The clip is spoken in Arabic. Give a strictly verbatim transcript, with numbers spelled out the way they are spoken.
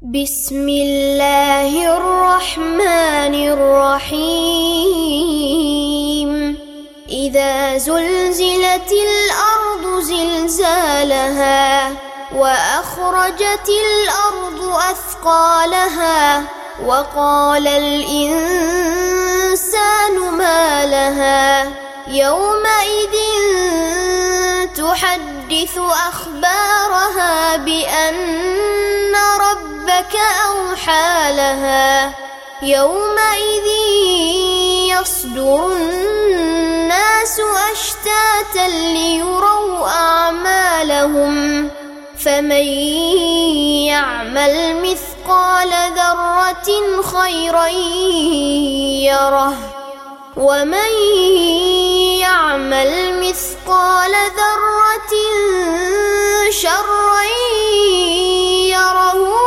بسم الله الرحمن الرحيم إذا زلزلت الأرض زلزالها وأخرجت الأرض أثقالها وقال الإنسان ما لها يومئذ تحدث أخبارها بأن ربك أوحى لها يومئذ يصدر الناس أشتاتا ليروا أعمالهم فمن يعمل مثقال ذرة خيرا يره ومن يعمل مثقال ذرة شرا